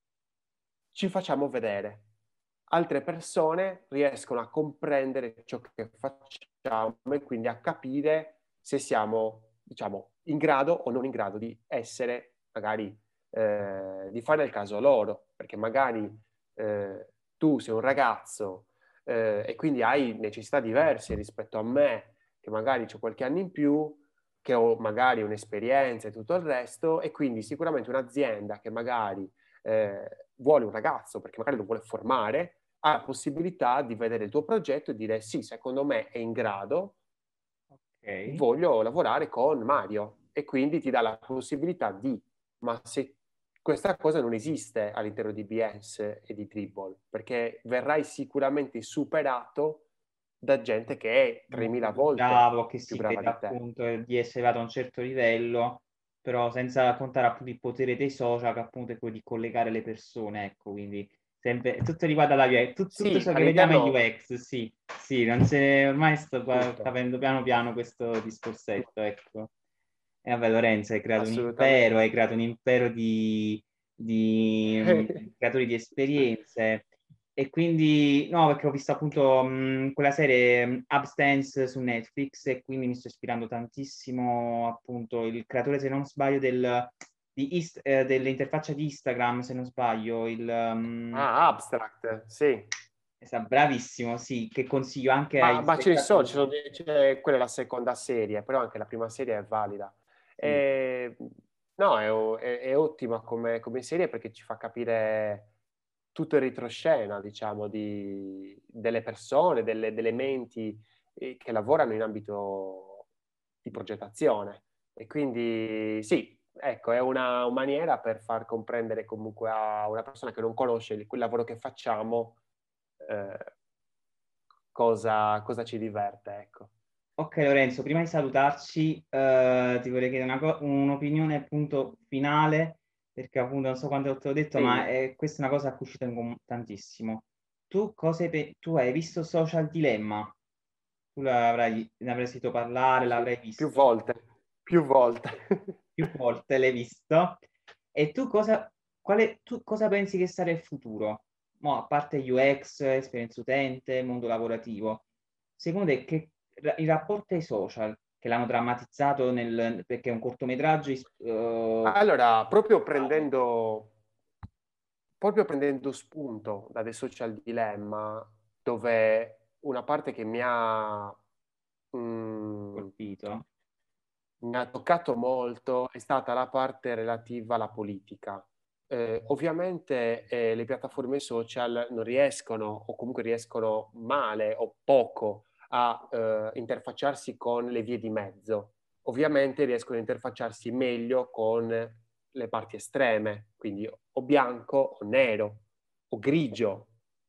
ci facciamo vedere. Altre persone riescono a comprendere ciò che facciamo e quindi a capire se siamo, diciamo, in grado o non in grado di essere, magari, eh, di fare il caso loro, perché magari eh, tu sei un ragazzo eh, e quindi hai necessità diverse rispetto a me, che magari ho qualche anno in più, che ho magari un'esperienza e tutto il resto, e quindi sicuramente un'azienda che magari eh, vuole un ragazzo perché magari lo vuole formare, ha la possibilità di vedere il tuo progetto e dire sì, secondo me è in grado, Ok. voglio lavorare con Mario e quindi ti dà la possibilità di, ma se questa cosa non esiste all'interno di Behance e di Dribble, perché verrai sicuramente superato da gente che è tremila molto più volte bravo, che più si brava crede di te. appunto eh, di essere arrivato a un certo livello, però senza contare appunto il potere dei social, che appunto è quello di collegare le persone, ecco, quindi sempre, tutto riguarda la U X, tut- tutto Sì, ciò che vediamo è all'interno U X, sì, sì, non c'è, ormai sto qua- tutto, capendo piano piano questo discorsetto, tutto, ecco. E vabbè, Lorenzo, hai creato un impero, assolutamente. hai creato un impero di, di mm, creatori di esperienze. E quindi, no, perché ho visto appunto mh, quella serie mh, Abstance su Netflix e quindi mi sto ispirando tantissimo, appunto, il creatore, se non sbaglio, del, di Ist- eh, dell'interfaccia di Instagram, se non sbaglio, il... um, Ah, Abstract, sì. bravissimo, sì, che consiglio anche Ma, agli ma ce ne sono, ci sono spettatori. dei- c'è- quella è la seconda serie, però anche la prima serie è valida. Sì. E, no, è, o- è- è ottima come, come serie perché ci fa capire tutto il retroscena, diciamo, di, delle persone, delle, delle menti eh, che lavorano in ambito di progettazione. E quindi sì, ecco, è una, una maniera per far comprendere comunque a una persona che non conosce il- quel lavoro che facciamo eh, cosa, cosa ci diverte, ecco. Ok Lorenzo, prima di salutarci, eh, ti vorrei chiedere una co- un'opinione appunto finale, perché appunto non so quanto te l'ho detto, ma Dimmi. è, questa è una cosa a cui ci tengo tantissimo. Tu, cosa hai pe- tu hai visto Social Dilemma? Tu l'avrai, ne avrai sentito parlare, Sì, l'avrai più visto volte, più volte. più volte, l'hai visto. E tu cosa, quale, tu cosa pensi che sarà il futuro? Mo, a parte U X, esperienza utente, mondo lavorativo, secondo te che il rapporto ai social, che l'hanno drammatizzato nel, perché è un cortometraggio, eh, Allora, proprio prendendo, proprio prendendo spunto da The Social Dilemma, dove una parte che mi ha, mm, colpito. mi ha toccato molto è stata la parte relativa alla politica. Eh, ovviamente eh, le piattaforme social non riescono, o comunque riescono male o poco, a eh, interfacciarsi con le vie di mezzo. Ovviamente riescono a interfacciarsi meglio con le parti estreme, quindi o bianco o nero o grigio,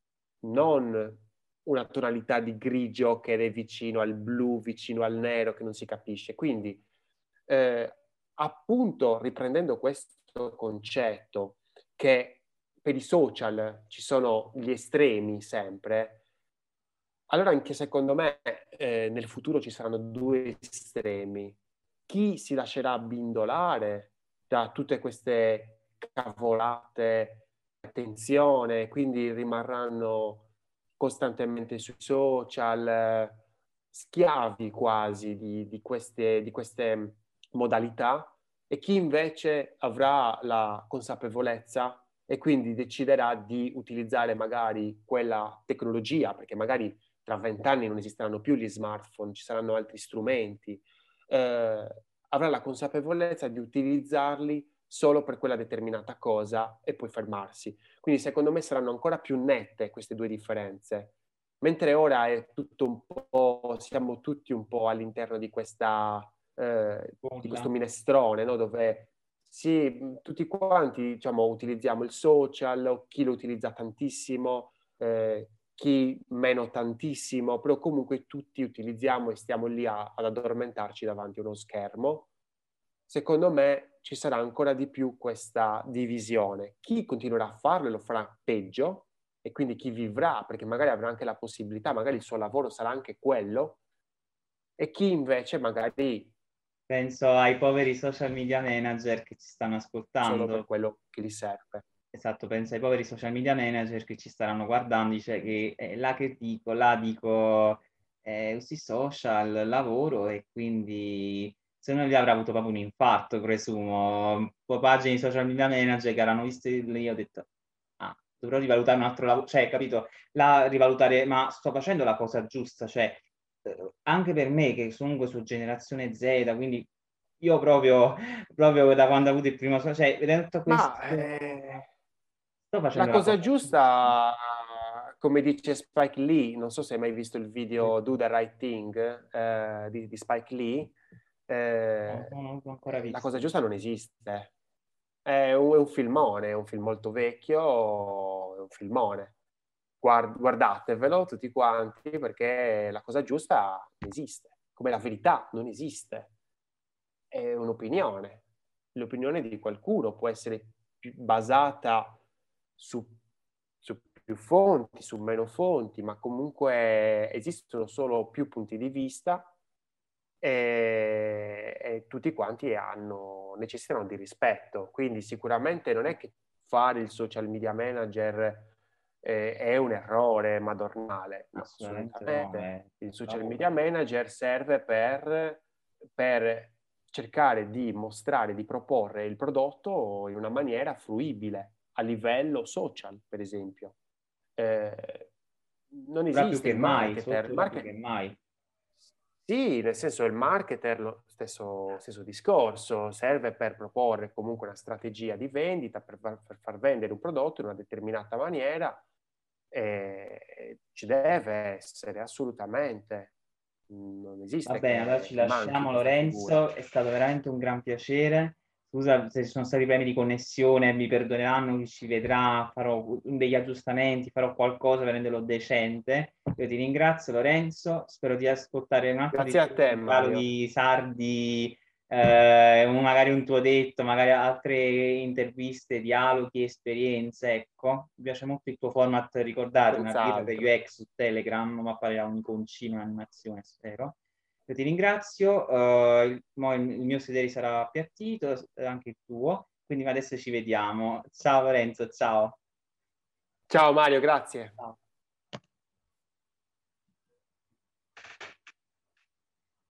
non una tonalità di grigio che è vicino al blu, vicino al nero, che non si capisce. Quindi, eh, appunto, riprendendo questo concetto che per i social ci sono gli estremi sempre, allora anche secondo me eh, nel futuro ci saranno due estremi. Chi si lascerà abbindolare da tutte queste cavolate, attenzione, quindi rimarranno costantemente sui social, eh, schiavi quasi di, di queste, di queste modalità, e chi invece avrà la consapevolezza e quindi deciderà di utilizzare magari quella tecnologia, perché magari tra vent'anni non esisteranno più gli smartphone, ci saranno altri strumenti, eh, avrà la consapevolezza di utilizzarli solo per quella determinata cosa e poi fermarsi. Quindi secondo me saranno ancora più nette queste due differenze. Mentre ora è tutto un po', siamo tutti un po' all'interno di questa, eh, di questo Bolla. minestrone, no? Dove sì, tutti quanti, diciamo, utilizziamo il social, o chi lo utilizza tantissimo, eh, chi meno tantissimo, però comunque tutti utilizziamo e stiamo lì a, ad addormentarci davanti a uno schermo. Secondo me ci sarà ancora di più questa divisione. Chi continuerà a farlo e lo farà peggio, e quindi chi vivrà, perché magari avrà anche la possibilità, magari il suo lavoro sarà anche quello, e chi invece magari Penso ai poveri social media manager che ci stanno solo per ascoltando. quello che gli serve. Esatto, penso ai poveri social media manager che ci staranno guardando, dice che è là che dico, là dico, eh, questi social, lavoro e quindi se non gli avrà avuto proprio un infarto, presumo. Un po' pagine di social media manager che erano visti lì, ho detto, ah, dovrò rivalutare un altro lavoro, cioè, capito? La rivalutare, ma sto facendo la cosa giusta, cioè, eh, anche per me che sono comunque su generazione Z, quindi io proprio, proprio da quando ho avuto il primo, social, cioè, vedendo tutto Ma questo... eh, Sto la facendo la cosa cosa giusta. giusta, come dice Spike Lee, non so se hai mai visto il video Do the Right Thing eh, di, di Spike Lee, No, eh, non l'ho ancora la cosa visto. giusta non esiste. È un, è un filmone, è un film molto vecchio, è un filmone. guard- guardatevelo tutti quanti, perché la cosa giusta non esiste, come la verità non esiste. È un'opinione. L'opinione di qualcuno può essere più basata su, su più fonti, su meno fonti, ma comunque esistono solo più punti di vista e, e tutti quanti hanno, necessitano di rispetto. Quindi sicuramente non è che fare il social media manager eh, è un errore madornale, no, Assolutamente no. È il social lavoro. media manager serve per, per cercare di mostrare, di proporre il prodotto in una maniera fruibile a livello social, per esempio. Eh, non Ora più esiste che il mai, marketer. sotto Il ora più che market- mai. Sì, nel senso il marketer, lo stesso, stesso discorso, serve per proporre comunque una strategia di vendita, per far, per far vendere un prodotto in una determinata maniera. E ci deve essere assolutamente, non Va esiste bene, allora che, ci che manchi lasciamo questa figura. Lorenzo, è stato veramente un gran piacere. Scusa se ci sono stati problemi di connessione, mi perdoneranno chi ci vedrà, farò degli aggiustamenti, farò qualcosa per renderlo decente. Io ti ringrazio Lorenzo, spero di ascoltare un altro Grazie a te, di Mario. dialoghi sardi, eh, un- magari un tuo detto, magari altre interviste, dialoghi, esperienze, ecco. Mi piace molto il tuo format, ricordate, una birra per Senz'altro. U X su Telegram, ma fare un iconcino, un'animazione, spero. Io ti ringrazio, eh, il, mo il- il mio sedere sarà appiattito, eh, anche il tuo, quindi adesso ci vediamo. Ciao Lorenzo, ciao. Ciao Mario, grazie. Ciao.